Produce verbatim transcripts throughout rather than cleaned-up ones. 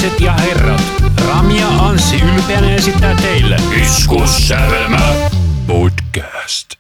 naiset ja herrat, Rami ja Anssi ylpeänä esittää teille Iskussävelmä podcast.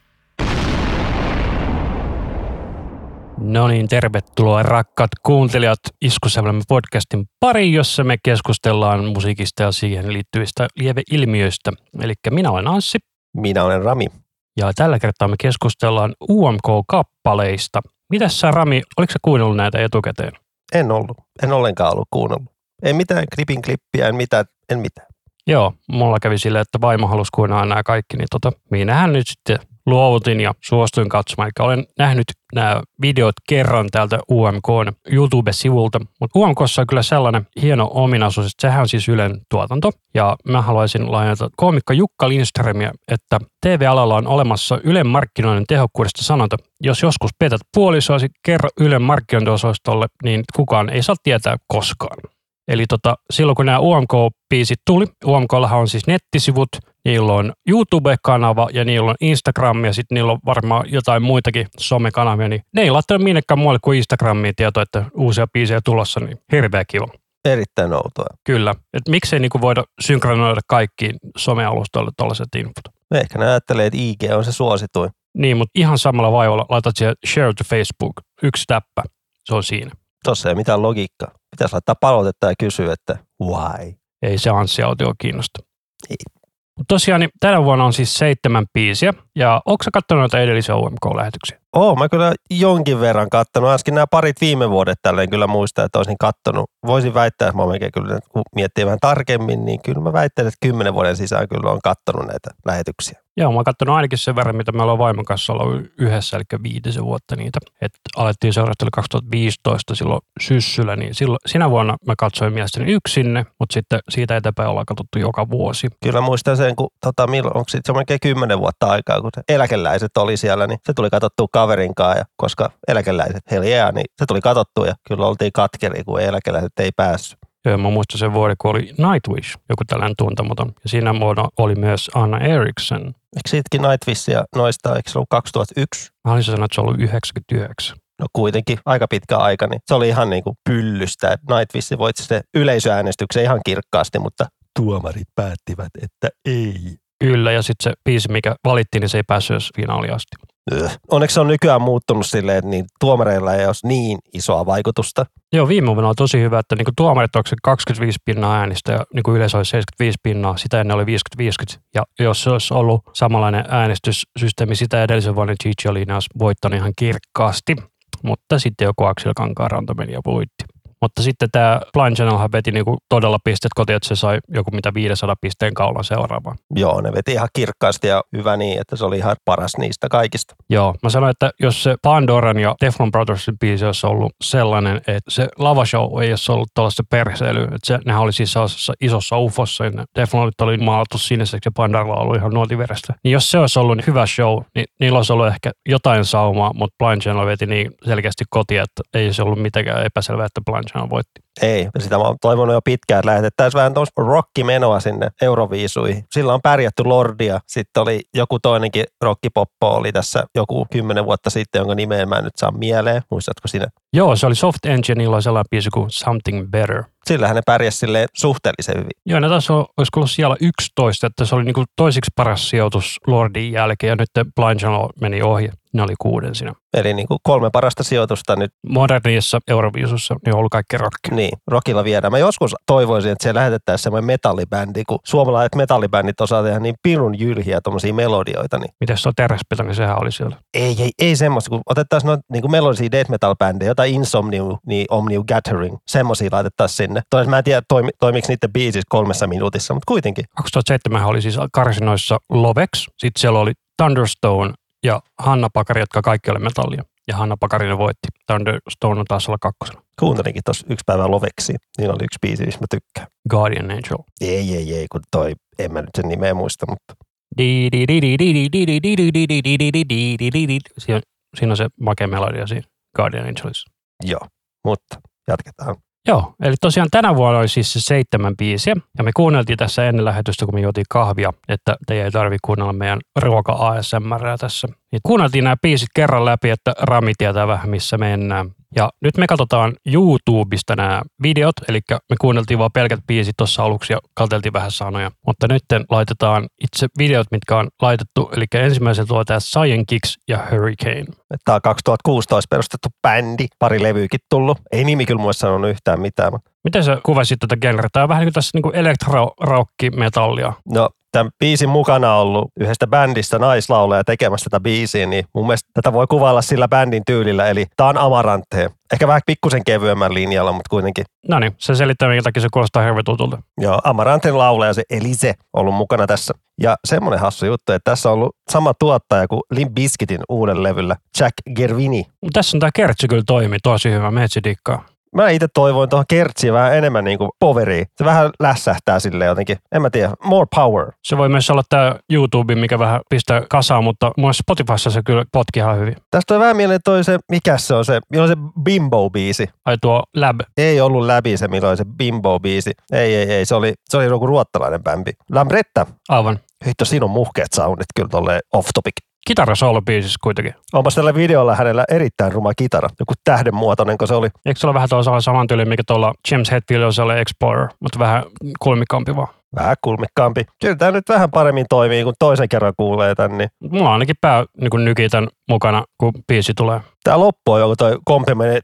No niin, tervetuloa rakkaat kuuntelijat Iskussävelmä podcastin pariin, jossa me keskustellaan musiikista ja siihen liittyvistä lieveilmiöistä. Eli minä olen Anssi. Minä olen Rami. Ja tällä kertaa me keskustellaan U M K-kappaleista. Mitäs sä, Rami, oliko sä kuunnellut näitä etukäteen? En ollut. En ollenkaan ollut kuunnellut. Ei mitään klipin klippiä, en mitään. En mitään. Joo, mulla kävi silleen, että vaimo halusi kuunnella nämä kaikki, niin tota, minähän nyt sitten luovutin ja suostuin katsomaan. Eli olen nähnyt nämä videot kerran täältä U M K:n YouTube-sivulta, mutta U M K:ssa on kyllä sellainen hieno ominaisuus, että sehän on siis Ylen tuotanto. Ja mä haluaisin lainata koomikko Jukka Lindströmiä, että T V-alalla on olemassa Ylen markkinoinnin tehokkuudesta sanonta. Jos joskus petät puolisoasi, kerro Ylen markkinointiosastolle, niin kukaan ei saa tietää koskaan. Eli tota, silloin kun nämä U M K-biisit tuli, U M K:llahan on siis nettisivut, niillä on YouTube-kanava ja niillä on Instagram ja sitten niillä on varmaan jotain muitakin somekanavia, niin ne ei laittanut minnekään muualle kuin Instagramiin tietoa, että uusia biisejä tulossa, niin hirveä kiva. Erittäin outoa. Kyllä, että miksei niinku voida synkronoida kaikkiin somealustoille tuollaiset infot. Ehkä ne ajattelee, että I G on se suosituin. Niin, mutta ihan samalla vaivalla laitat siihen share to Facebook, yksi täppä, se on siinä. Tossa ei mitään logiikkaa. Pitäisi laittaa palautetta ja kysyä, että why? Ei se Anssi-autio kiinnosta. Ei. Tosiaan niin tänä vuonna on siis seitsemän biisiä. Ja ootko sä katsonut noita edellisiä U M K-lähetyksiä? Oo, mä kyllä jonkin verran kattonut. Äsken nämä parit viime vuodet tälleen kyllä muistaa, että olisin kattonut. Voisin väittää, että mä oon kyllä, kun miettii vähän tarkemmin, niin kyllä mä väittelen, että kymmenen vuoden sisään kyllä on kattonut näitä lähetyksiä. Joo, mä oon katsonut ainakin sen verran, mitä me ollaan vaimon kanssa ollut yhdessä, eli viitisen vuotta niitä. Et alettiin seurata kaksituhattaviisitoista silloin syssyllä, niin silloin, sinä vuonna mä katsoin mielestäni yksinne, mutta sitten siitä eteenpäin ollaan katsottu joka vuosi. Kyllä muistan sen, kun tota, milloin, onko sitten semmoinen kymmenen vuotta aikaa, kun se eläkeläiset oli siellä, niin se tuli katsottua kaverinkaan, ja koska eläkeläiset hell yeah, niin se tuli katsottua ja kyllä oltiin katkeri, kun eläkeläiset ei päässyt. Joo, mä muistan sen vuoden, kun oli Nightwish, joku tällainen tuntematon. Ja siinä vuonna oli myös Anna Eriksson. Eikö siitäkin Nightwishia noista, eikö se ollut kaksituhattayksi? Mä haluaisin sanoa, että se on ollut yhdeksänkymmentäyhdeksän. No kuitenkin aika pitkä aika, niin se oli ihan niin kuin pyllystä. Nightwish voitti sitten yleisöäänestyksen ihan kirkkaasti, mutta tuomarit päättivät, että ei. Kyllä, ja sitten se biisi, mikä valittiin, niin se ei päässyt edes finaaliin asti. Öh. Onneksi se on nykyään muuttunut silleen, että niin tuomareilla ei ole niin isoa vaikutusta. Joo, viime vuonna on tosi hyvä, että niinku tuomarit onko se kaksikymmentäviisi pinnaa äänistä ja niinku yleensä olisi seitsemänkymmentäviisi pinnaa, sitä ennen oli viisikymmentä viisikymmentä. Ja jos se olisi ollut samanlainen äänestyssysteemi sitä edellisen vuonna, niin Gigi Alina olisi voittanut ihan kirkkaasti, mutta sitten joku Aksel Kankaanranta meni ja voitti. Mutta sitten tämä Blind Channelhan veti niinku todella pisteet kotiin, että se sai joku mitä viisisataa pisteen kaulan seuraavaan. Joo, ne veti ihan kirkkaasti ja hyvä niin, että se oli ihan paras niistä kaikista. Joo, mä sanoin, että jos se Pandoran ja Teflon Brothersin biisi olisi ollut sellainen, että se lavashow ei olisi ollut tuollaista perseilyä, että se, nehän oli siis sellaisessa isossa ufossa, ja Teflonit oli maalattu siniseksi ja Pandoralla oli ihan nuotiverestä. Niin jos se olisi ollut hyvä show, niin niillä olisi ollut ehkä jotain saumaa, mutta Blind Channel veti niin selkeästi kotiin, että ei se ollut mitenkään epäselvää, että Blind Channel voitti. Ei, sitä mä oon toivonut jo pitkään, että lähetettäisiin vähän tuossa rockimenoa sinne Euroviisuihin. Sillä on pärjätty Lordia, sitten oli joku toinenkin rockipoppo oli tässä joku kymmenen vuotta sitten, jonka nimeen mä en nyt saa mieleen. Muistatko sinä? Joo, se oli Soft Engineilla on sellainen biisi kuin Something Better. Sillähän ne pärjäsi silleen suhteellisen hyvin. Joo, ne taas olisiko ollut siellä yksitoista, että se oli niinku toisiksi paras sijoitus Lordin jälkeen ja nyt Blind Channel meni ohi. Ne oli kuuden siinä. Eli niin kuin kolme parasta sijoitusta nyt. Modernissa Euroviisussa niin on ollut kaikki rock. Niin, rockilla viedään. Mä joskus toivoisin, että siellä lähetettäisiin semmoinen metallibändi, kun suomalaiset metallibändit osaa tehdä niin pirun jylhiä tuommoisia melodioita. Niin. Mites se on Terraspilta, niin sehän oli siellä. Ei, ei, ei semmoista, kun otettaisiin noita niin melodisia death metal-bändejä, jotain Insomnium, niin Omnium Gathering, semmoisia laitettaisiin sinne. Tois mä en tiedä, toimi, toimiko niiden biisissä kolmessa minuutissa, mutta kuitenkin. kaksituhattaseitsemän oli siis karsinoissa Lovex, sitten siellä oli Thunderstone ja Hanna Pakari, jotka kaikki oli metallia. Ja Hanna Pakarinen voitti. Thunderstone on taas olla kakkosena. Kuuntelinkin tuossa yksi päivä Lovexia. Niillä oli yksi biisi, missä mä tykkään. Guardian Angel. Ei, ei, ei, kun toi, en mä nyt sen nimeä muista, mutta... Siinä on se makea melodia siinä Guardian Angelissa. Joo, mutta jatketaan. Joo, eli tosiaan tänä vuonna oli siis se seitsemän biisiä, ja me kuunneltiin tässä ennen lähetystä, kun me juotiin kahvia, että teidän ei tarvitse kuunnella meidän ruoka-A S M R tässä. Niin kuunneltiin nämä biisit kerran läpi, että Rami tietää vähän, missä mennään. Ja nyt me katsotaan YouTubesta nämä videot, eli me kuunneltiin vaan pelkät biisit tuossa aluksi ja katseltiin vähän sanoja. Mutta nyt laitetaan itse videot, mitkä on laitettu, eli ensimmäisen tuo tämä Cyan Kicks ja Hurricane. Tämä on kaksituhattakuusitoista perustettu bändi, pari levyykin tullut. Ei nimi kyllä mulle sanonut yhtään mitään. Mutta... Miten sä kuvasit tätä genreä? Tämä on vähän niin kuin tässä niin elektro-rock-metallia. No, tämän biisin mukana on ollut yhdestä bändistä naislaulaja tekemässä tätä biisiä, niin mun mielestä tätä voi kuvailla sillä bändin tyylillä, eli tää on Amaranthe. Ehkä vähän pikkusen kevyemmän linjalla, mutta kuitenkin. No niin, se selittää, minkä takia se kuulostaa hirveän tutulta. Joo, Amaranthen laulaja, se Elise, ollut mukana tässä. Ja semmoinen hassu juttu, että tässä on ollut sama tuottaja kuin Limp Bizkitin uuden levyllä, Jack Gervini. Tässä on tämä kertsi kyllä toimi tosi hyvä, metsi dikkaa. Mä itse toivoin tuohon kertsiin vähän enemmän niin kuin poweria. Se vähän lässähtää silleen jotenkin. En mä tiedä. More power. Se voi myös olla tämä YouTube, mikä vähän pistää kasaan, mutta mun Spotifyssa se kyllä potki ihan hyvin. Tästä on vähän mieleen toi se, mikä se on se, milloin se Bimbo-biisi. Ai tuo Lab. Ei ollut läpi se, milloin se Bimbo-biisi. Ei, ei, ei. Se oli, se oli joku ruottalainen bämpi. Lambretta. Aivan. Hitto, siinä on muhkeat soundit kyllä tolleen off topic. Kitara soolo-biisissä kuitenkin. Onpas tällä videolla hänellä erittäin ruma kitara. Joku tähdenmuotoinen, kun se oli. Eikö se ole vähän tuolla saman tyyliin, mikä tuolla James Hetfieldillä Explorer, mutta vähän kulmikampi vaan? Vähän kulmikkaampi. Kyllä tämä nyt vähän paremmin toimii, kun toisen kerran kuulee tän. Niin. Mulla on ainakin pää niin nyki tän mukana, kun biisi tulee. Tää loppu on joku toi kompi menee,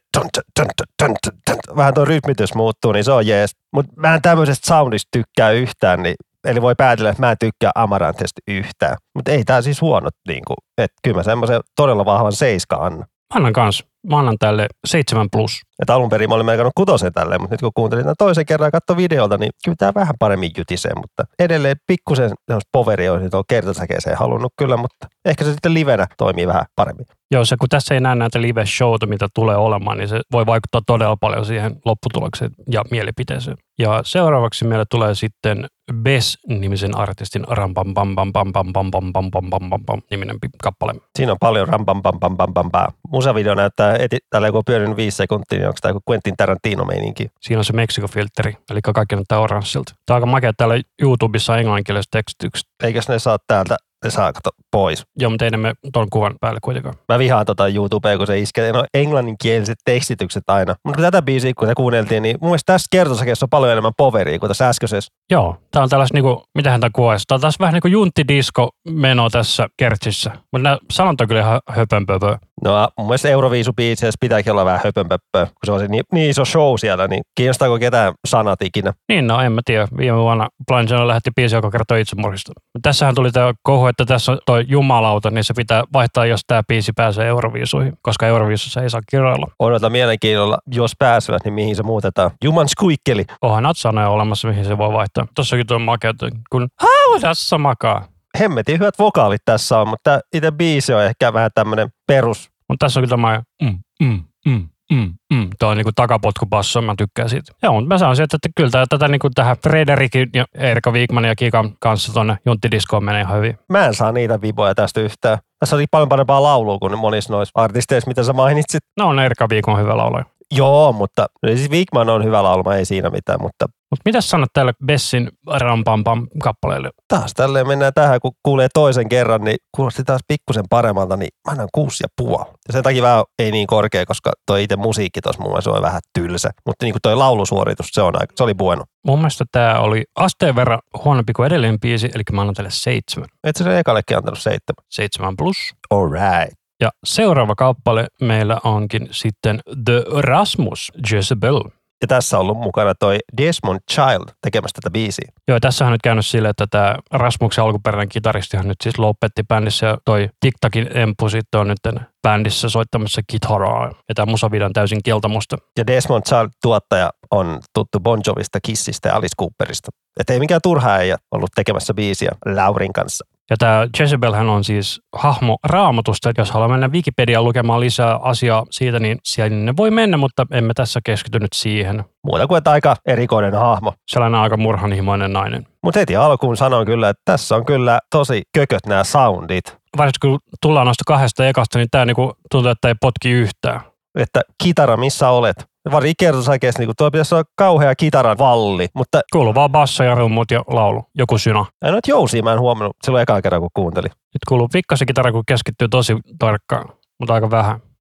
vähän toi rytmitys muuttuu, niin se on jees. Mutta mä en tämmöisestä soundista tykkää yhtään, niin eli voi päätellä, että mä en tykkää Amaranthesta yhtään. Mutta ei tää siis huono, niin kuin, että kyllä mä semmoisen todella vahvan seiska annan. Mä annan kans. Mä annan tälle seitsemän plus. Että alun perin mä olin melkein kutosen tälleen, mutta nyt kun kuuntelin tämän toisen kerran ja katsoin videolta, niin kyllä tää vähän paremmin jytisee, mutta edelleen pikkusen poveria olisi tuolla kertosäkeeseen halunnut kyllä, mutta ehkä se sitten livenä toimii vähän paremmin. Joo, se kun tässä ei näe näitä live-showta, mitä tulee olemaan, niin se voi vaikuttaa todella paljon siihen lopputulokseen ja mielipiteeseen. Ja seuraavaksi meille tulee sitten Bess-nimisen artistin Rampam Pam Pam Pam Pam Pam Pam Pam Pam Pam Pam Pam niminen kappale. Siinä on paljon Rampam Pam Pam Pam Pam Pam. Musavideo näyttää, eti, tällä kun on pyörinyt viisi sekuntia, niin onko tämä joku Quentin Tarantino-meininki? Siinä on se Meksiko-filtteri, eli kaikki näyttää oranssilta. Tämä on aika makea täällä YouTubessa englanninkieliset tekstitykset. Eikös ne saa täältä? Ne saa kato pois. Joo, mutta ei ne me tuon kuvan päälle kuitenkaan. Mä vihaan tota YouTubea, kun se iskee. No englanninkieliset tekstitykset aina. Mutta tätä biisiä, kun se kuunneltiin, niin mun mielestä tässä kertosäkeessä on paljon enemmän poveria kuin tässä äskeisessä. Joo, tää on tällaista niinku, mitähän tää kuvaisi? Tää on taas vähän niinku junttidisko-meno tässä kertsissä. Mutta nää sanonta on kyllä ihan höpönpöpö. No mun mielestä Euroviisubiiseissä pitääkin olla vähän höpönpöppöä, kun se on se niin, niin iso show siellä, niin kiinnostaako ketään sanat ikinä? Niin, no en mä tiedä. Viime vuonna Blind Channel lähetti biisi, joka kertoo itsemurhista. Tässähän tuli tämä kohu, että tässä on toi jumalauta, niin se pitää vaihtaa, jos tämä biisi pääsee Euroviisuihin, koska Euroviisussa ei saa kiroilla. Odota mielenkiinnolla, jos pääsevät, niin mihin se muutetaan. Juman skuikkeli. Onhan näitä sanoja olemassa, mihin se voi vaihtaa. Tossakin tuo makeutta, kun haudassa makaa. Hemmetin hyvät vokaalit tässä on, mutta itse biisi on ehkä vähän tämmöinen perus. Mutta tässä on kyllä tämä mm, mm, mm. Mm, mm. Tuo on niinku takapotkupasso, mä tykkään siitä. Joo, mutta mä sanoisin, että, että kyllä tätä, tätä niinku tähän Frederikin ja Erika Wigmanin ja Kikan kanssa tuonne junttidiskoon menee ihan hyvin. Mä en saa niitä viboja tästä yhtään. Tässä oli paljon parempaa laulua kuin monissa noissa artisteissa, mitä sä mainitsit. No on Erika Wigman hyvä laulaja. Joo, mutta siis Wigman on hyvä laulma, ei siinä mitään, mutta... Mutta mitä sanot tälle Bessin Rampampam kappaleelle? Taas tälleen mennään tähän, kun kuulee toisen kerran, niin kuulosti taas pikkusen paremmalta, niin mä annan kuusi ja puoli. Ja sen takia vähän ei niin korkea, koska toi itse musiikki tuossa mun mielestä on vähän tylsä. Mutta niin kuin toi laulusuoritus, se, on aika, se oli bueno. Mun mielestä tää oli asteen verran huonompi kuin edellinen biisi, eli mä annan tälle seitsemän. Et sä se ekallekin antanut seitsemän? Seitsemän plus. All right. Ja seuraava kappale meillä onkin sitten The Rasmus Jezebel. Ja tässä on ollut mukana toi Desmond Child tekemässä tätä biisiä. Joo, tässä on nyt käynyt silleen, että tämä Rasmuksen alkuperäinen kitaristihan nyt siis lopetti bändissä ja toi TikTokin Empu sitten on nyt bändissä soittamassa kitaraa. Ja tämä musavideo on täysin kieltämusta. Ja Desmond Child tuottaja on tuttu Bon Jovista, Kissistä ja Alice Cooperista. Että ei mikään turha ei ollut tekemässä biisiä Laurin kanssa. Ja tämä Jezebelhän on siis hahmo Raamatusta. Jos haluaa mennä Wikipediaan lukemaan lisää asiaa siitä, niin siellä ne voi mennä, mutta emme tässä keskitynyt siihen. Muuta kuin, että aika erikoinen hahmo. Sellainen aika murhanhimoinen nainen. Mutta heti alkuun sanoin kyllä, että tässä on kyllä tosi kököt nämä soundit. Varsinkin kun tullaan noista kahdesta ekasta, niin tämä niinku tuntuu, että ei potki yhtään. Että kitara, missä olet? Varsinkin kertosäkeessä, niin tuo pitäisi olla kauhea kitaran valli, mutta... Kuuluu vaan basso ja rummut ja laulu, joku syna. Ja noita jousia mä en huomannut silloin ekaa kerran, kun kuuntelin. Nyt kuuluu pikkasen kitara, kun keskittyy tosi tarkkaan, mutta aika vähän.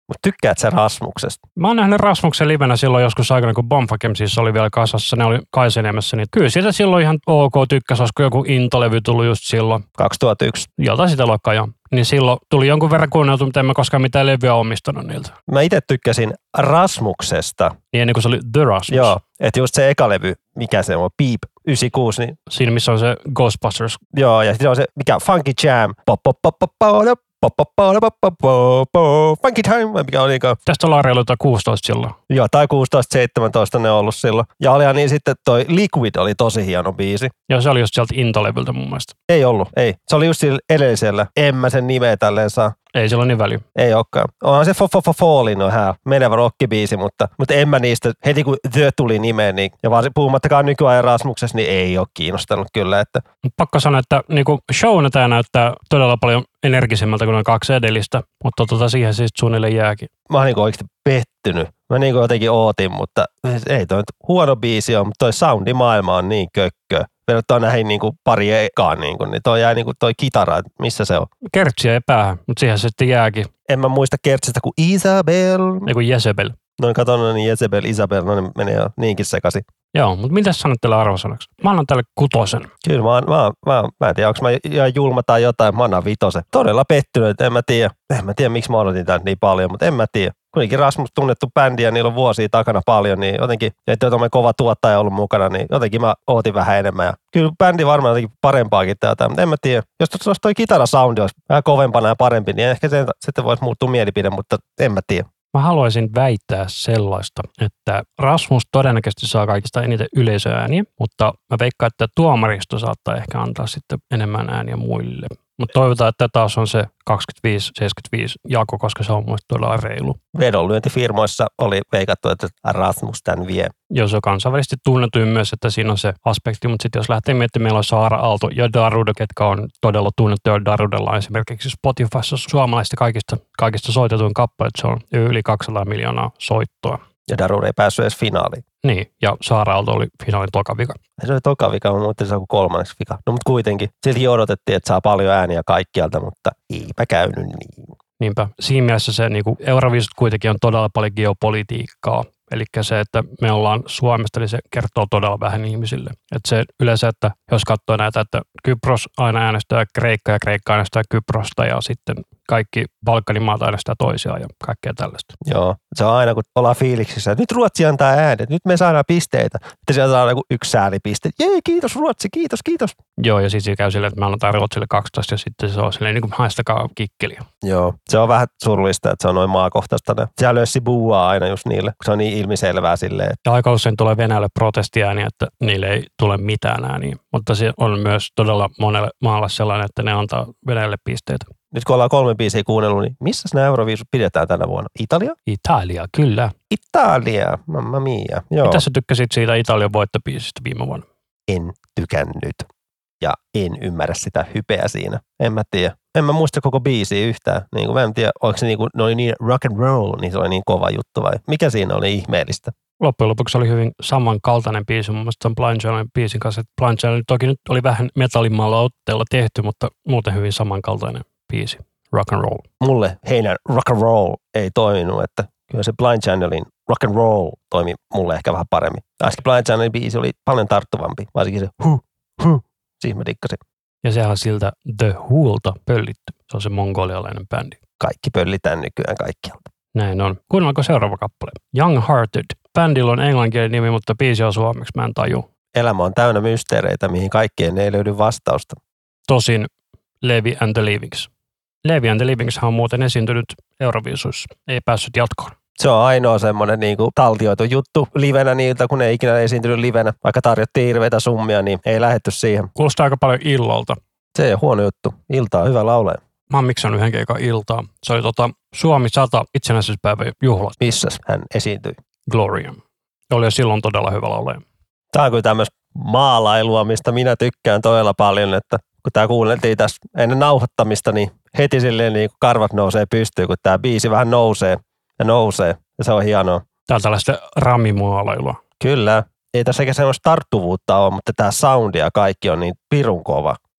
Mutta tykkäät sä Rasmuksesta? Mä oon nähnyt Rasmuksen livenä silloin joskus aikana, kun Bonfakem siis oli vielä kasassa. Ne oli Kaisaniemessä, niin kyllä siitä silloin ihan ok tykkäs, olisiko joku Into-levy tullut just silloin. kaksituhattayksi. Jotain sitä luokkaa jo. Niin silloin tuli jonkun verran kuunneltu, mutta en mä koskaan mitään levyä omistanut niiltä. Mä itse tykkäsin Rasmuksesta. Niin ennen kuin se oli The Rasmus. Joo, että just se eka levy, mikä se on, Beep yhdeksänkymmentäkuusi. Niin... Siinä missä on se Ghostbusters. Joo, ja sitten on se, mikä Funky Jam. Pop, pop, pop, pop, pop, pop, pop, pop, pop, pop, pop, Funky Time, vai mikä olikaan. Tästä ollaan reiluta kuusitoista silloin. Joo, tai kuusitoista seitsemäntoista ne on ollut silloin. Ja olihan niin sitten toi Liquid oli tosi hieno biisi. Joo, se oli just sieltä Into-levyltä mun mielestä. Ei ollut, ei. Se oli just sillä edellisellä. En mä sen nimeä tälleen saa. Ei sillä ole niin väliä. Ei olekaan. Onhan se Fo-Fo-Fo-Fallin on hää menevä rockibiisi, mutta, mutta en mä niistä, heti kun The tuli nimeen, niin, ja vaan puhumattakaan nykyajan Rasmuksessa, niin ei ole kiinnostanut kyllä. Että. Pakko sanoa, että niinku showna tämä näyttää todella paljon energisemmältä kuin noin kaksi edellistä, mutta tota siihen siis suunnilleen jääkin. Mä oon niinku oikeasti pettynyt. Mä niinku jotenkin ootin, mutta ei toi nyt huono biisi on, mutta toi soundimaailma on niin kökkö. Verrattuna näihin niinku pari ekaan, niinku, niin toi jää niinku toi kitara, missä se on? Kertsiä ei päähän, mutta siihen se sitten jääkin. En mä muista kertsistä kuin Isabel. Ei kuin Jezebel. Noin katon, niin Jezebel, Isabel, no ne menee jo niinkin sekaisin. Joo, mutta mitä sanot tälle arvosanaksi? Mä annan tälle kutosen. Kyllä, mä, mä, mä, mä en tiedä, onko mä ihan julma tai jotain, mä annan vitosen. Todella pettynyt, en mä tiedä. En mä tiedä, miksi mä odotin tämän niin paljon, mutta en mä tiedä. Kuitenkin Rasmus tunnettu bändi ja niillä on vuosia takana paljon, niin jotenkin, että on kova tuottaja ollut mukana, niin jotenkin mä ootin vähän enemmän. Ja kyllä bändi varmaan jotenkin parempaakin täältä, mutta en mä tiedä. Jos tuossa toi kitarasoundi olisi vähän kovempana ja parempi, niin ehkä se sitten voisi muuttua mielipide, mutta en mä tiedä. Mä haluaisin väittää sellaista, että Rasmus todennäköisesti saa kaikista eniten yleisöääniä, mutta mä veikkaan, että tuomaristo saattaa ehkä antaa sitten enemmän ääniä muille. Mutta toivotaan, että taas on se kaksikymmentäviisi seitsemänkymmentäviisi jako, koska se on mun todella reilu. Vedonlyöntifirmoissa oli veikattu, että Rasmus tämän vie. Joo, se on kansainvälisesti tunnettu myös, että siinä on se aspekti, mutta sitten jos lähtee miettimään, meillä on Saara Aalto ja Darude, ketkä on todella tunnettuja. Darudella esimerkiksi Spotifyssa suomalaisista kaikista, kaikista soitetuin kappaleet, se on yli kaksisataa miljoonaa soittoa. Ja Darude ei päässyt edes finaaliin. Niin, ja Saara Aalto oli finaalin toka vika. Se oli toka vika, mutta se on kolmanneksi vika. No mutta kuitenkin, silti odotettiin, että saa paljon ääniä kaikkialta, mutta eipä käynyt niin. Niinpä. Siinä mielessä se niin kuin Euroviisut kuitenkin on todella paljon geopolitiikkaa. Eli se, että me ollaan Suomesta, niin se kertoo todella vähän ihmisille. Että se yleensä, että jos katsoo näitä, että Kypros aina äänestää Kreikka ja Kreikka äänestää Kyprosta ja sitten kaikki Balkanin maat äänestää toisiaan ja kaikkea tällaista. Joo, se on aina kun ollaan fiiliksissä, että nyt Ruotsi antaa äänet, nyt me saadaan pisteitä. Sitten sieltä saadaan yksi säälipiste. Jee, kiitos Ruotsi, kiitos, kiitos. Joo, ja sitten käy silleen, että me annetaan Ruotsille kaksitoista ja sitten se on silleen niin kuin haistakaa kikkeliä. Joo, se on vähän surullista, että se on noin maakohtaista. Sehän lössi buuaa aina just niille, kun se on niin ilmiselvää silleen. Että... Ja aika usein tulee Venäjälle protestiääniä, että niille ei tule mitään ääniä. Mutta se on myös todella monelle maalle sellainen, että ne antaa Venäjälle pisteitä. Nyt kun ollaan kolme biisiä kuunnellut, niin missä nämä Euroviisut pidetään tänä vuonna? Italia? Italia, kyllä. Italia, mamma mia. Joo. Mitä sä tykkäsit siitä Italian voittobiisistä viime vuonna? En tykännyt ja en ymmärrä sitä hypeä siinä. En mä tiedä. En mä muista koko biisiä yhtään. Niin kuin, mä en tiedä, oliko se niin kuin, ne oli niin rock and roll, niin se oli niin kova juttu vai mikä siinä oli ihmeellistä? Loppujen lopuksi oli hyvin samankaltainen biisi mun mielestä ton Blind Channelin biisin kanssa. Blind Channel toki nyt oli vähän metallimmalla otteella tehty, mutta muuten hyvin samankaltainen biisi. Rock and roll. Mulle heidän rock and roll ei toiminut, että kyllä se Blind Channelin rock and roll toimi mulle ehkä vähän paremmin. Äsken Blind Channelin biisi oli paljon tarttuvampi, varsinkin se huh, huh, siihen mä dikkasin. Ja sehän on siltä The Wholta pöllitty. Se on se mongolialainen bändi. Kaikki pöllitään nykyään kaikkialta. Näin on. Kuunnellaanko seuraava kappale? Young Hearted. Bändillä on englanninkielinen nimi, mutta biisi on suomeksi. Mä en taju. Elämä on täynnä mysteereitä, mihin kaikkeen ei löydy vastausta. Tosin Levi and the Livings. Levi and the Livings on muuten esiintynyt Euroviisuissa. Ei päässyt jatkoon. Se on ainoa semmoinen niin kuin taltioitu juttu livenä niiltä, kun ne ei ikinä esiintynyt livenä. Vaikka tarjottiin hirveitä summia, niin ei lähdetty siihen. Kuulostaa aika paljon illolta. Se ei ole huono juttu. Ilta on hyvä laulaja. Mä oon miksanut yhden keikan iltaa. Se oli tota Suomi sata itsenäisyyspäivän juhlat. Missäs hän esiintyi? Gloria. Oli jo silloin todella hyvä laulaja. Tämä on kyllä tämmöistä maalailua, mistä minä tykkään todella paljon, että kun tämä kuunneltiin tässä ennen nauhoittamista, niin heti silleen niin kuin karvat nousee pystyyn, kun tämä biisi vähän nousee ja nousee. Ja se on hienoa. Tää on tällaista ramimuolailua. Kyllä. Ei tässä eikä semmoista tarttuvuutta ole, mutta tämä soundi ja kaikki on niin pirun kova.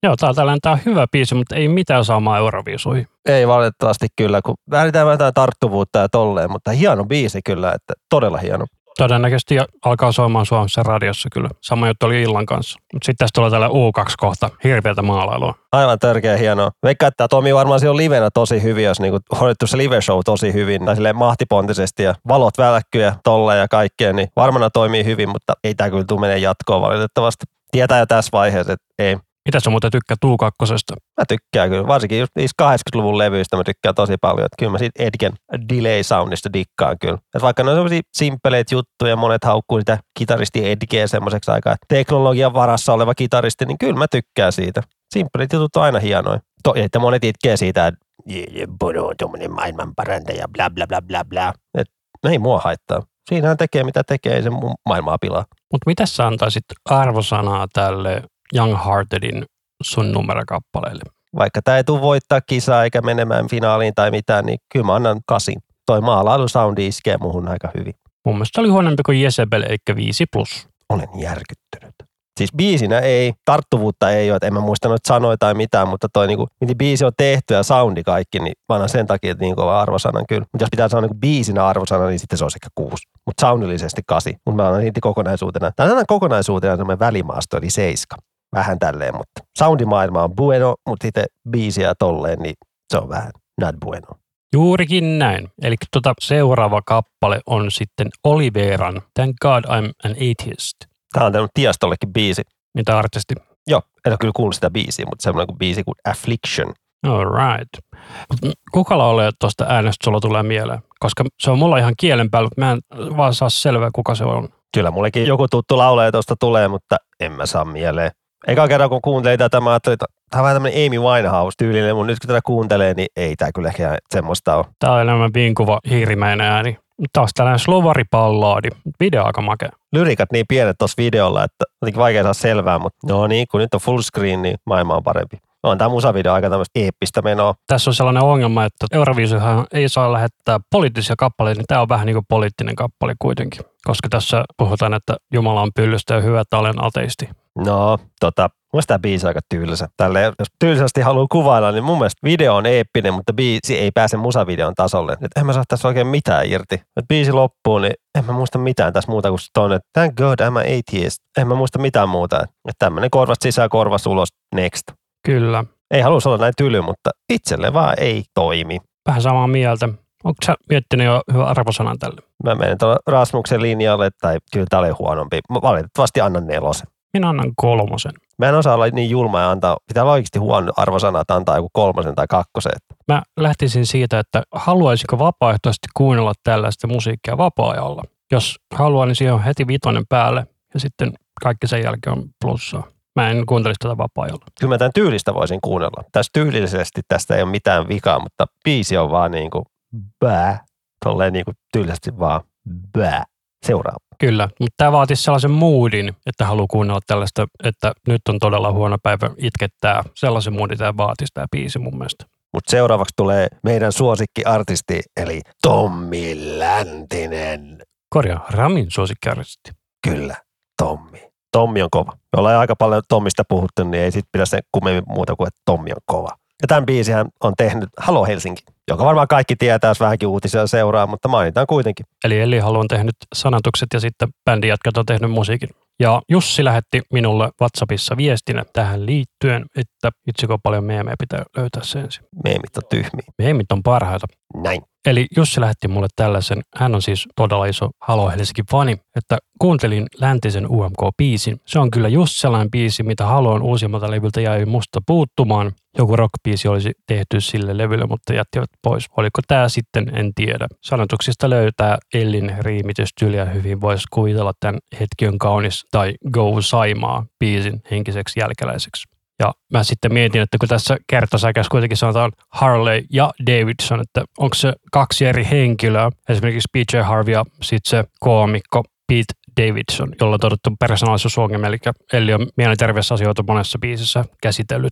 Joo, tää on tällainen, tää on hyvä biisi, mutta ei mitään saamaan Euroviisuihin. Ei valitettavasti kyllä, kun vähintään jotain tarttuvuutta ja tolleen, mutta hieno biisi kyllä, että todella hieno. Todennäköisesti alkaa soimaan Suomessa radiossa kyllä. Sama juttu oli Illan kanssa. Mutta sitten tässä tulee tällä U kaksi kohta, hirveätä maalailua. Aivan törkeä hienoa. Veikkaan, että tämä toimii varmaan siellä livenä tosi hyvin, jos niinku hoidettu se live show tosi hyvin, tai silleen mahtipontisesti ja valot välkkyy ja tolle ja kaikkea, niin varmana toimii hyvin, mutta ei tämä kyllä tule menee jatkoon valitettavasti. Tietää jo tässä vaiheessa, että ei. Mitä sä muuten tykkäät U kaksi? Mä tykkään kyllä, varsinkin just niistä kahdeksankymmentäluvun levyistä mä tykkään tosi paljon, että kyllä mä siitä Edgen delay soundista dikkaan kyllä. Et vaikka ne on sellaisia simppeleitä juttuja, monet haukkuu sitä kitaristi Edgeä semmoiseksi aikaa, teknologian varassa oleva kitaristi, niin kyllä mä tykkään siitä. Simppelit jutut on aina hienoja. To, että monet itkee siitä, että Bono on tuommoinen maailmanparantaja, bla bla bla bla bla. Et ei mua haittaa. Siinähän tekee mitä tekee, ei se mun maailmaa pilaa. Mutta mitä sä antaisit arvosanaa tälle Young Heartedin sun numerokappaleelle? Vaikka tää ei tule voittaa kisaa eikä menemään finaaliin tai mitään, niin kyllä mä annan kasin. Toi maalailusoundi iskee muhun aika hyvin. Mun mielestä oli huonompi kuin Jezebel, eikä viisi plus. Olen järkyttynyt. Siis biisinä ei, tarttuvuutta ei ole, että en mä muista noita sanoja tai mitään, mutta toi niinku, miten biisi on tehty ja soundi kaikki, niin mä annan sen takia niin kova arvosanan kyllä. Mutta jos pitää sanoa niinku biisinä arvosana, niin sitten se on ehkä kuusi. Mutta soundillisesti kasi. Mutta mä annan niitä kokonaisuutena. Tää annan kokonaisuutena semmoinen välimaasto, eli seiska. Vähän tälleen, mutta soundimaailma on bueno, mutta sitten biisiä tolleen, niin se on vähän not bueno. Juurikin näin. Eli tota seuraava kappale on sitten Oliveran Thank God I'm an Atheist. Tämä on tehnyt Tiestollekin biisi. Mitä artisti? Joo, en ole kyllä kuullut sitä biisiä, mutta semmoinen kuin biisi kuin Affliction. All right. Kuka ole tuosta äänestä sulla tulee mieleen? Koska se on mulla ihan kielen päällä, mutta mä en vaan saa selvää, kuka se on. Kyllä mullekin joku tuttu laulaja tuosta tulee, mutta en mä saa mieleen. Eka kerran kun kuuntelin tätä, mä ajattelin, että tämä on vähän tämmöinen Amy Winehouse-tyylinen, mutta nyt kun tätä kuuntelee, niin ei tämä kyllä ehkä semmoista ole. Tämä on enemmän vinkuva hiirimäinen ääni. Taas tällainen slovaripalladi. Video aika makea. Lyrikat niin pienet tuossa videolla, että jotenkin vaikea saa selvää, mutta no niin, kun nyt on full screen, niin maailma on parempi. On tämä musavideo aika tämmöistä eeppistä menoa. Tässä on sellainen ongelma, että Euroviisuhan ei saa lähettää poliittisia kappaleita, niin tämä on vähän niin kuin poliittinen kappale kuitenkin. Koska tässä puhutaan, että Jumala on pyllystä ja hyvä, että olen ateisti. No, tota, mun tämä biisi on aika tylsä. Tälleen, jos tylsästi haluaa kuvailla, niin mun mielestä video on eeppinen, mutta biisi ei pääse musavideon tasolle. Et en mä saa tässä oikein mitään irti. Et biisi loppuu, niin en mä muista mitään tässä muuta kuin tuonne, että thank God I'm an atheist. En mä muista mitään muuta. Että tämmöinen korvasta sisään, korvasta ulos, next. Kyllä. Ei halus olla näin tyly, mutta itselle vaan ei toimi. Vähän samaa mieltä. Onko sä miettinyt jo hyvä arvosanan tälle? Mä menen tuolla Rasmuksen linjalle, tai kyllä tää oli huonompi. Mä valitettavasti annan nelosen. Minä annan kolmosen. Mä en osaa olla niin julma ja antaa, pitää olla oikeasti huono arvosana, että antaa joku kolmosen tai kakkosen. Mä lähtisin siitä, että haluaisinko vapaaehtoisesti kuunnella tällaista musiikkia vapaa-ajalla. Jos haluaa, niin siihen on heti vitonen päälle ja sitten kaikki sen jälkeen on plussaa. Mä en kuuntelisi tätä vapaa-ajalla. Kyllä mä tämän tyylistä voisin kuunnella. Tässä tyylisesti tästä ei ole mitään vikaa, mutta biisi on vaan niin kuin bää. Tolleen niin kuin tyylisesti vaan bää. Seuraava. Kyllä, mutta tämä vaatisi sellaisen moodin, että haluaa kuunnella tällaista, että nyt on todella huono päivä itkettää. Sellaisen moodin tämä vaatisi tämä biisi mun mielestä. Mutta seuraavaksi tulee meidän suosikkiartisti, eli Tommi Läntinen. Korjaa, Ramin suosikkiartisti. Kyllä, Tommi. Tommi on kova. Me ollaan aika paljon Tommista puhuttu, niin ei sit pidä se kummemmin muuta kuin, että Tommi on kova. Ja tämän biisihän on tehnyt Halo Helsinki, joka varmaan kaikki tietää, jos vähänkin uutisia seuraa, mutta mainitaan kuitenkin. Eli Eli Halo on tehnyt sanotukset ja sitten bändin jätkät on tehnyt musiikin. Ja Jussi lähetti minulle WhatsAppissa viestinä tähän liittyen, että itsekö paljon meemejä pitää löytää sen ensin. Meemit on tyhmiä. Meemit on parhaita. Näin. Eli Jussi lähetti mulle tällaisen, hän on siis todella iso Halo Helsinki fani, että kuuntelin Läntisen U M K-biisin. Se on kyllä just sellainen biisi, mitä Haloon uusimmalta levyltä jäi musta puuttumaan. Joku rock-biisi olisi tehty sille levylle, mutta jättivät pois. Oliko tämä sitten, en tiedä. Sanotuksista löytää Ellin riimitystyliä hyvin. Voisi kuvitella tämän Hetki on kaunis tai Go Saimaa biisin henkiseksi jälkeläiseksi. Ja mä sitten mietin, että kun tässä kertosäkässä kuitenkin sanotaan Harley ja Davidson, että onko se kaksi eri henkilöä, esimerkiksi P J Harvey ja sitten se koomikko Pete Davidson, jolla on todettu persoonallisuusongelmia, eli Elli on mielenterveysasioita monessa biisissä käsitellyt.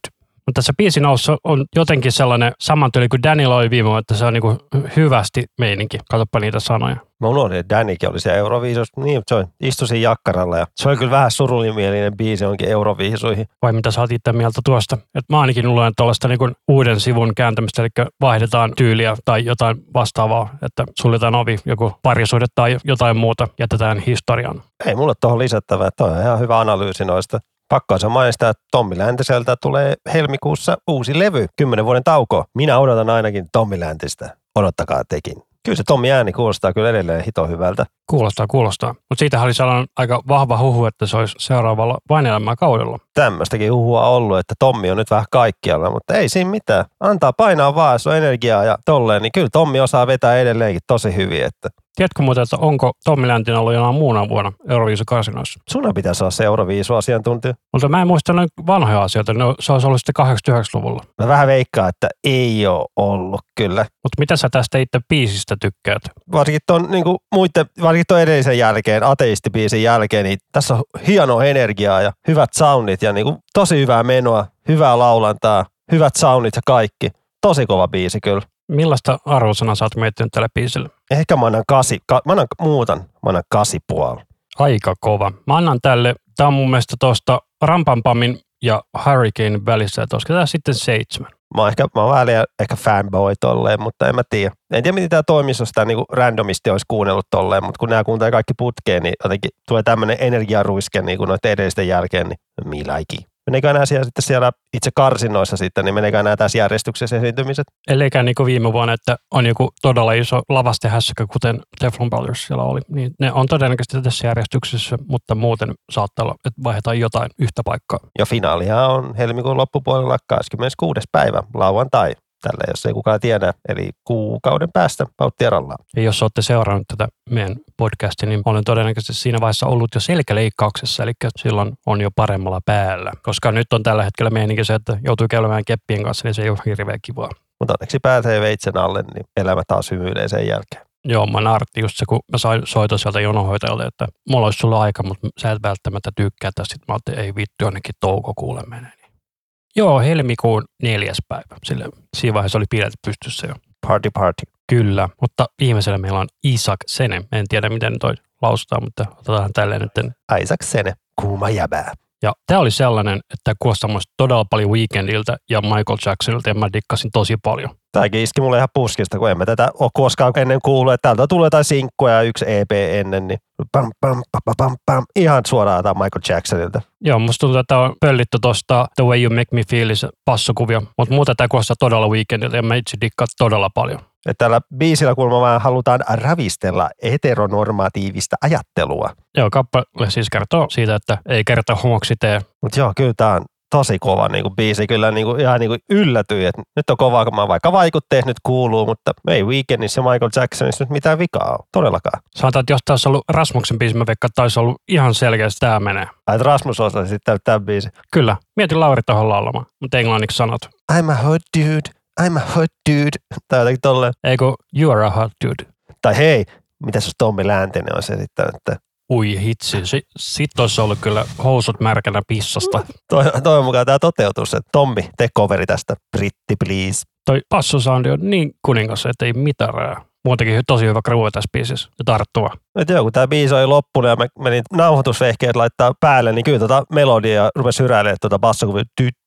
Mutta tässä biisin alussa on jotenkin sellainen saman tyyli kuin Danny oli viime vuonna, että se on niinku hyvästi meininki. Katsoppa niitä sanoja. Mä unohdin, että Dannykin oli siellä Euroviisussa. Niin, se on, istui siinä jakkaralla ja se oli kyllä vähän surullimielinen biisi onkin Euroviisuihin. Vai mitä sä oot itse mieltä tuosta? Et mä ainakin luen tuollaista niinku uuden sivun kääntämistä, eli vaihdetaan tyyliä tai jotain vastaavaa, että suljetaan ovi, joku parisuhde tai jotain muuta, jätetään historiaan. Ei mulle tuohon lisättävää, toi on ihan hyvä analyysi noista. Pakko se mainistaa, että Tommi Läntiseltä tulee helmikuussa uusi levy, kymmenen vuoden tauko. Minä odotan ainakin Tommi Läntistä. Odottakaa tekin. Kyllä se Tommi ääni kuulostaa kyllä edelleen hito hyvältä. Kuulostaa, kuulostaa. Mutta siitähän oli sellainen aika vahva huhu, että se olisi seuraavalla Vain elämää kaudella. Tämmöistäkin huhua ollut, että Tommi on nyt vähän kaikkialla, mutta ei siinä mitään. Antaa painaa vaan, jos on energiaa ja tolleen, niin kyllä Tommi osaa vetää edelleenkin tosi hyvin. Että tiedätkö muuten, että onko Tommi Läntinen ollut jonain muuna vuonna Euroviisu-karsinoissa? Suna pitäisi olla se Euroviisu-asiantuntija. Mutta mä en muista noin vanhoja asioita, ne se olisi ollut sitten kahdeksankymmentäyhdeksänsataaluvulla. Mä vähän veikkaan, että ei ole ollut kyllä. Mutta mitä sä tästä itse biisistä tykkäät? Varsinkin ton, niin kuin muiden, varsinkin ton edellisen jälkeen, ateistibiisin jälkeen, niin tässä on hienoa energiaa ja hyvät soundit ja niin kuin tosi hyvää menoa, hyvää laulantaa, hyvät soundit ja kaikki. Tosi kova biisi kyllä. Millaista arvosanaa sä oot miettinyt tälle biisille? Ehkä mä annan kasi, ka, mä annan, muutan, mä annan kasi puoli. Aika kova. Mä annan tälle, tää on mun mielestä tosta Rampampamin ja Hurricane välissä, että olisiko tää sitten seitsemän. Mä oon ehkä, mä oon vähän liian ehkä fanboy tolleen, mutta en mä tiedä. En tiedä, miten tää toimisi, jos tää niinku randomisti olisi kuunnellut tolleen, mutta kun nää kuuntelee kaikki putkeen, niin jotenkin tulee tämmönen energiaruiske niin kuin noiden edellisten jälkeen, niin milaiki. Meneekö nämä siellä, sitten siellä itse karsinnoissa sitten, niin meneekö nämä tässä järjestyksessä esiintymiset? Elleikään niin kuin viime vuonna, että on joku todella iso lavastehässäkö, kuten Teflon Brothers siellä oli. Niin ne on todennäköisesti tässä järjestyksessä, mutta muuten saattaa olla, että vaihdetaan jotain yhtä paikkaa. Ja finaalihan on helmikuun loppupuolella kahdeskymmeneskuudes päivä, lauantai. Tällä, jos ei kukaan tiedä, eli kuukauden päästä Pauttierallaan. Ja jos olette seurannut tätä meidän podcastia, niin olen todennäköisesti siinä vaiheessa ollut jo selkäleikkauksessa, eli silloin on jo paremmalla päällä. Koska nyt on tällä hetkellä meininki se, että joutuu käymään keppien kanssa, niin se ei ole hirveän kivaa. Mutta onneksi pääsee veitsen alle, niin elämä taas hymyilee sen jälkeen. Joo, mä naartin just se, kun mä sain soito sieltä jonohoitajalta, että mulla olisi sulla aika, mutta sä et välttämättä tykkää tästä. Sitten mä ajattelin, ei vittu, jonnekin toukokuulle menee. Joo, helmikuun neljäs päivä. Sille, siinä vaiheessa oli piilet pystyssä jo. Party party. Kyllä, mutta viimeisellä meillä on Isaac Sene. En tiedä, miten toi lausutaan, mutta otetaan tälleen nyt. Isaac Sene, kuuma jäbää. Ja tämä oli sellainen, että kuulostaa muista todella paljon Weekendiltä ja Michael Jacksonilta, ja mä dikkasin tosi paljon. Tämäkin iski mulle ihan puskista, kun en mä tätä ole koskaan ennen kuullut, että täältä tulee jotain sinkkuja ja yksi E P ennen, niin pam, pam, pam, pam, pam, ihan suoraan tämä Michael Jacksonilta. Joo, musta tuntuu, että on pöllitty tuosta The Way You Make Me Feelin passokuvia, mutta muuten tämä kuulostaa todella Weekendiltä, ja mä itse dikkaan todella paljon. Että tällä biisillä kuulemma vähän halutaan ravistella heteronormatiivista ajattelua. Joo, kappale siis kertoo siitä, että ei kerta homoksi tee. Mutta joo, kyllä tämä on tosi kova niin kuin biisi. Kyllä niin kuin, ihan niin kuin yllätyin, että nyt on kovaa, kun mä vaikka vaikutteet nyt kuuluu, mutta ei Weekendissä ja Michael Jacksonissa nyt mitään vikaa ole. Todellakaan. Sanotaan, että jos tämä olisi ollut Rasmuksen biisi, mä veikkaan, että taisi ollut ihan selkeästi tämä menee. Ai, että Rasmus osasi sitten tämän biisi. Kyllä. Mietin Lauri tuohon laulamaan, mutta englanniksi sanot. I'm a hot dude. I'm a hot dude. Tai jotenkin tolleen. Eikö you are a hot dude? Tai hei, mitäs jos Tommi Läntinen olisi esittänyt, että ui hitsi, si- sit olisi ollut kyllä housut märkänä pissasta. Toi, toivon mukaan tämä toteutus, että Tommi, tee coveri tästä, Britti please. Toi passosoundi on niin kuningas, että ei mitään rää. Muutenkin tosi hyvä groove tässä biisissä ja tarttuva. Et joo, kun tämä biisi oli loppunut ja mä menin nauhoitusvehkeet laittaa päälle, niin kyllä tota melodia rupesi hyräilemään tuota bassokuvia.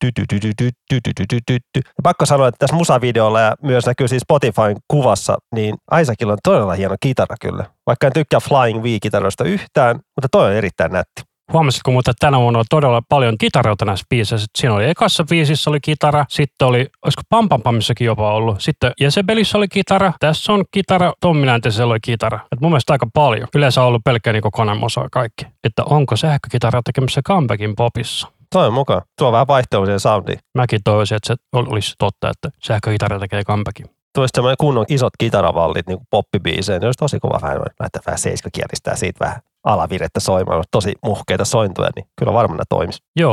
Pakko sanoa, että tässä musavideolla ja myös näkyy siis Spotifyn kuvassa, niin Isaacilla on todella hieno kitara kyllä. Vaikka en tykkää Flying V-kitaroista yhtään, mutta toi on erittäin nätti. Huomasitko muuten, että tänä vuonna on todella paljon kitaroita näissä biiseissä. Siinä oli ekassa biisissä oli kitara, sitten oli, olisiko Pampampamissakin jopa ollut. Sitten Jezebelissä oli kitara, tässä on kitara, Tommi Läntisellä oli kitara. Et mun mielestä aika paljon. Yleensä on ollut pelkkä niin kokonaan osa kaikki. Että onko sähkökitara tekemässä comebackin popissa? Toi on mukaan. Tuo on vähän vaihteluisen soundiin. Mäkin toivoisin, että se olisi totta, että sähkökitara tekee comebackin. Tuossa semmoinen kunnon isot kitaravallit niin kuin poppibiiseen, niin olisi tosi kova vähän. Laittaa vähän seiskakielistä ja siitä vähän alavirettä soimaan, tosi muhkeita sointuja, niin kyllä varmaan toimisi. Joo,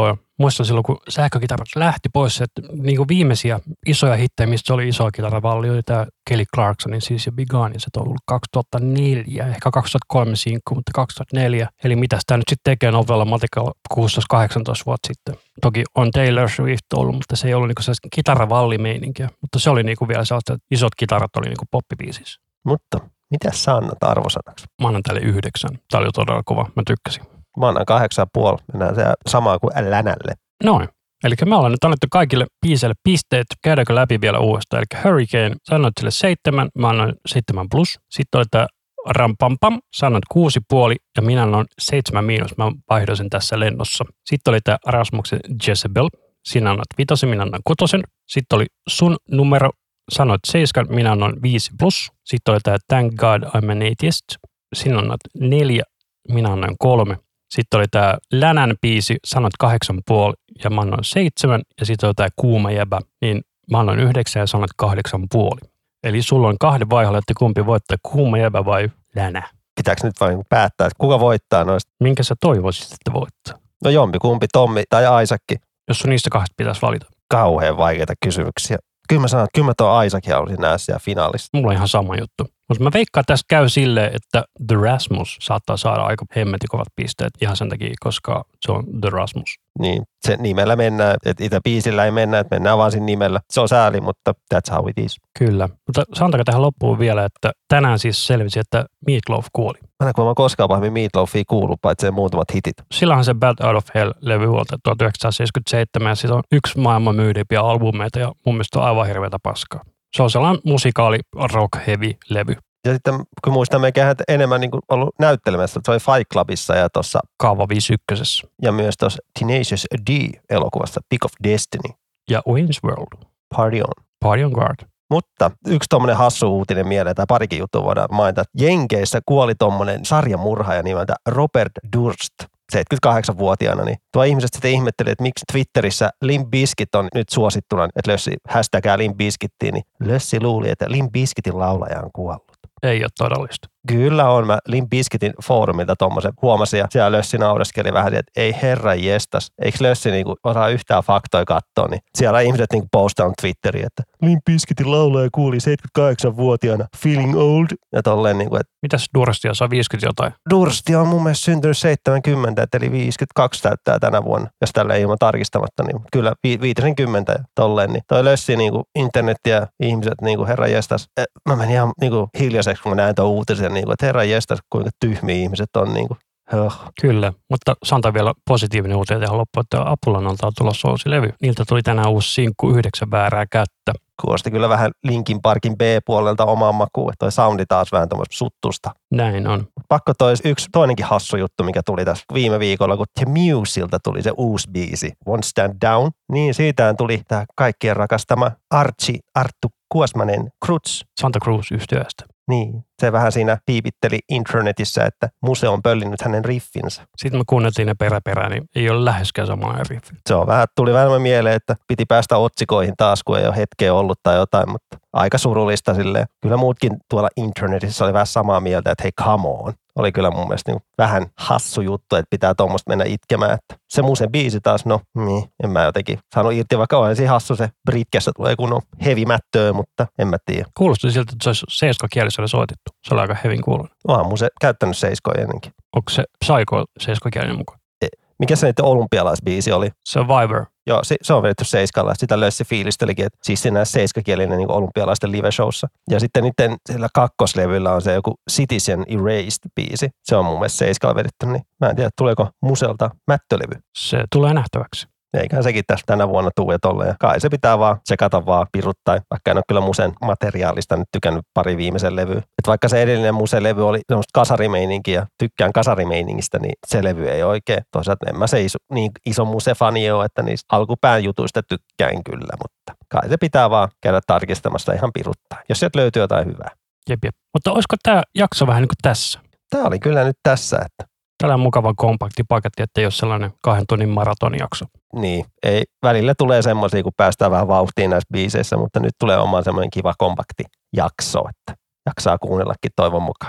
muistan silloin, kun sähkökitarat lähti pois, että niin kuin viimeisiä isoja hittejä, mistä oli iso kitaravalli, oli tämä Kelly Clarksonin siis ja Big Gun, ja se on ollut kaksituhattaneljä, ehkä kaksituhattakolme sinkku, mutta kaksituhattaneljä. Eli mitä tämä nyt sitten tekee novella matikalla kuusitoista kahdeksantoista vuotta sitten. Toki on Taylor Swift ollut, mutta se ei ollut niin sellaista kitaravallimeininkiä, mutta se oli niin kuin vielä sellaista, että isot kitarat oli niin kuin poppibiisissä. Mutta mitä sä annat arvosanaksi? Mä annan tälle yhdeksän. Tämä oli todella kova. Mä tykkäsin. Mä annan kahdeksan ja puoli. Mennään se samaa kuin Länälle. Noin. Eli me ollaan nyt annettu kaikille biiseille pisteet. Käydäänkö läpi vielä uudestaan? Eli Hurricane, sä annoit sille seitsemän. Mä annoin seitsemän plus. Sitten oli tämä Rampampam, sä annoit kuusi puoli ja minä annoin seitsemän miinus. Mä vaihdoin sen tässä lennossa. Sitten oli tämä Rasmuksen Jezebel. Sinä annoit vitosen, minä annoin kutosen. Sitten oli sun numero. Sanoit seiskan, minä annoin viisi plus. Sitten oli tämä Thank God I'm an Atheist. Sinä annoit neljä, minä annoin kolme. Sitten oli tämä Länän biisi, sanoit kahdeksan puoli ja mä annoin seitsemän. Ja sitten oli tämä Kuuma jäbä, niin mä annoin yhdeksän ja sanoit kahdeksan puoli. Eli sulla on kahden vaiheella, että kumpi voittaa, Kuuma jäbä vai Länä. Pitääkö nyt vain päättää, että kuka voittaa noista? Minkä sä toivoisit, että voittaa? No jompi, kumpi, Tommi tai Aisakki. Jos sun niistä kahdesta pitäisi valita. Kauhean vaikeita kysymyksiä. Kyllä mä sanon, että kyllä mä tuon Aisakin haluaisin nähdä siellä finaalissa. Mulla on ihan sama juttu. Mutta mä veikkaan, että tässä käy silleen, että The Rasmus saattaa saada aika hemmetin kovat pisteet ihan sen takia, koska se on The Rasmus. Niin, se nimellä mennään, että itse biisillä ei mennä, että mennään vaan siinä nimellä. Se on sääli, mutta that's how it is. Kyllä, mutta sanotaanko tähän loppuun vielä, että tänään siis selvisi, että Meat Loaf kuoli. Aina kun mä koskaan pahemmin Meat Loafia kuullut, paitsi muutamat hitit. Sillähän se Bad Out of Hell-levy vuolta tuhatyhdeksänsataaseitsemänkymmentäseitsemän ja siitä on yksi maailman myydimpiä albumeita ja mun mielestä on aivan hirveätä paskaa. Se on sellainen musikaali rock heavy levy. Ja sitten kun muistan, meikähän enemmän niin kuin ollut näyttelemässä, että se oli Fight Clubissa ja tuossa Kaava viisikymmentä. Ja myös tuossa Tenacious D-elokuvassa Pick of Destiny. Ja Wayne's World. Party on. Party on Guard. Mutta yksi tommonen hassu uutinen mieleen, tai parikin juttua voidaan mainita. Jenkeissä kuoli tommonen sarjamurhaaja nimeltä Robert Durst. seitsemänkymmentäkahdeksanvuotiaana, niin tuo ihmiset sitten ihmetteli, että miksi Twitterissä Limp Bizkit on nyt suosittuna, että Lössi hashtagää Limp Bizkittiin, niin Lössi luuli, että Limp Bizkitin laulaja on kuollut. Ei ole todellista. Kyllä on. Mä Limp Bizkitin foorumilta tommosen huomasin ja siellä Lössi naureskeli vähän, että ei herra jestas. Eikö Lössi niinku osaa yhtään faktoja katsoa, niin siellä ihmiset niinku postaa Twitteriin, että Limp Bizkitin laulaja kuuli seitsemänkymmentäkahdeksanvuotiaana feeling old ja tolleen niinku, että mitäs Durstia saa viisikymmentä jotain? Dursti on mun mielestä syntynyt seitsemänkymmentä, eli viisikymmentäkaksi täyttää tänä vuonna, jos tällä ei ole tarkistamatta, niin kyllä viisikymmentä ja tolleen, niin toi Lössi niinku internet ja ihmiset niinku herra jestas. Mä menin ihan niinku hiljaiseksi, kun mä näin tuon uutisen, niinku, että herra jestas, kuinka tyhmiä ihmiset on niinku. Oh. Kyllä, mutta sanotaan vielä positiivinen uutinen tähän loppuun, että Apulanalta on tulossa uusi levy. Niiltä tuli tänään uusi sinkku yhdeksän väärää kättä. Kuulosti kyllä vähän Linkin Parkin B-puolelta omaan makuun, että toi soundi taas vähän tuommoista suttusta. Näin on. Pakko toi yksi toinenkin hassu juttu, mikä tuli tässä viime viikolla, kun The Musilta tuli se uusi biisi, One Stand Down. Niin siitä tuli tämä kaikkien rakastama Archie Arttu Kuosmanen Cruz. Santa Cruz-yhtiöstä. Niin, se vähän siinä piipitteli internetissä, että Muse on pöllinyt hänen riffinsä. Sitten me kuunneltiin ne peräperään, niin ei ole läheskään samaa riffi. Se on vähän, tuli vähän mieleen, että piti päästä otsikoihin taas, kun ei ole hetkeä ollut tai jotain, mutta aika surullista silleen. Kyllä muutkin tuolla internetissä oli vähän samaa mieltä, että hei, come on. Oli kyllä mun mielestä niin vähän hassu juttu, että pitää tuommoista mennä itkemään. Että se Musen biisi taas, no niin, en mä jotenkin saanut irti, vaikka on siinä hassu se britkessä tulee kun on heavy mättöä, mutta en mä tiedä. Kuulostui siltä, että se olisi seiskakielisellä soitettu. Se oli aika heavin kuulunut. Onhan Muse käyttänyt seiskoja ennenkin. Onko se Psycho seiskakielinen mukaan? E, mikä se niiden olympialaisbiisi oli? Survivor. Joo, se, se on vedetty seiskalla. Sitä Lössi fiilistelikin, että siis siinä seiskakielinen niin olympialaisten live-showssa. Ja sitten niiden sillä kakkoslevyllä on se joku Citizen Erased-biisi. Se on mun mielestä seiskalla vedetty, niin mä en tiedä, tuleeko Muselta mättölevy. Se tulee nähtäväksi. Eiköhän sekin tästä tänä vuonna tuu ja tolleen. Ja kai se pitää vaan tsekata vaan piruttaa, vaikka en ole kyllä Musen materiaalista nyt tykännyt pari viimeisen levyä. Että vaikka se edellinen Musen levy oli semmoista kasarimeininkiä ja tykkään kasarimeiningistä, niin se levy ei oikein. Toisaalta en mä se iso, niin iso Muse-fani ole, että niistä alkupään jutuista tykkään kyllä, mutta kai se pitää vaan käydä tarkistamassa ihan piruttaa, jos sieltä löytyy jotain hyvää. Jep, jep. Mutta olisiko tämä jakso vähän niin kuin tässä? Tämä oli kyllä nyt tässä, että tällainen mukava kompakti paketti, että ei ole sellainen kahden tunnin maratonjakso. Niin, ei, välillä tulee semmoisia, kun päästään vähän vauhtiin näissä biiseissä, mutta nyt tulee oma semmoinen kiva kompakti jakso, että jaksaa kuunnellakin toivon mukaan.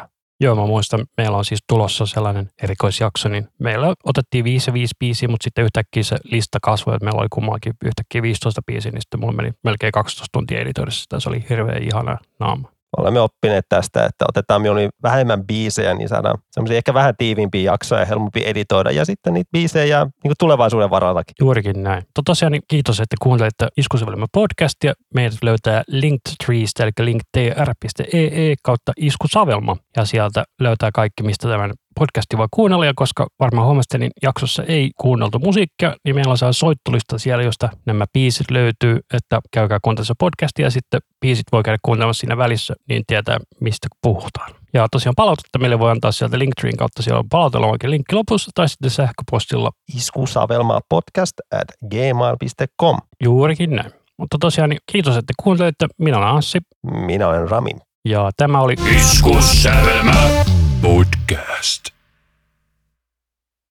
Joo, mä muistan, meillä on siis tulossa sellainen erikoisjakso, niin meillä otettiin viisi ja viisi biisiä, mutta sitten yhtäkkiä se lista kasvoi, että meillä oli kummallakin yhtäkkiä viisitoista biisiä, niin sitten mulla meni melkein kaksitoista tuntia editoidessa sitä. Se oli hirveän ihana naama. Olemme oppineet tästä, että otetaan mieluummin vähemmän biisejä, niin saadaan semmoisia ehkä vähän tiiviimpiä jaksoja ja helpompi editoida. Ja sitten niitä biisejä jää niin tulevaisuuden varallakin. Juurikin näin. Mutta tosiaan niin kiitos, että kuuntelitte Iskusävelmä podcastia. Meidät löytää Linktreestä, eli linktr piste ee kautta Iskusavelma. Ja sieltä löytää kaikki, mistä tämän podcasti voi kuunnella. Ja koska varmaan huomasitte, niin jaksossa ei kuunneltu musiikkia, niin meillä on se soittolista siellä, josta nämä biisit löytyy. Että käykää kuuntelemassa podcastia ja sitten biisit voi käydä kuuntelemassa siinä välissä, niin tietää, mistä puhutaan. Ja tosiaan palautetta meille voi antaa sieltä Linktreen kautta, siellä on palautella oikein linkki lopussa, tai sitten sähköpostilla iskusavelmaa podcast at gmail piste com. Juurikin näin. Mutta tosiaan niin kiitos, että kuuntelitte. Minä olen Anssi. Minä olen Rami. Ja tämä oli Iskusävelmä podcast.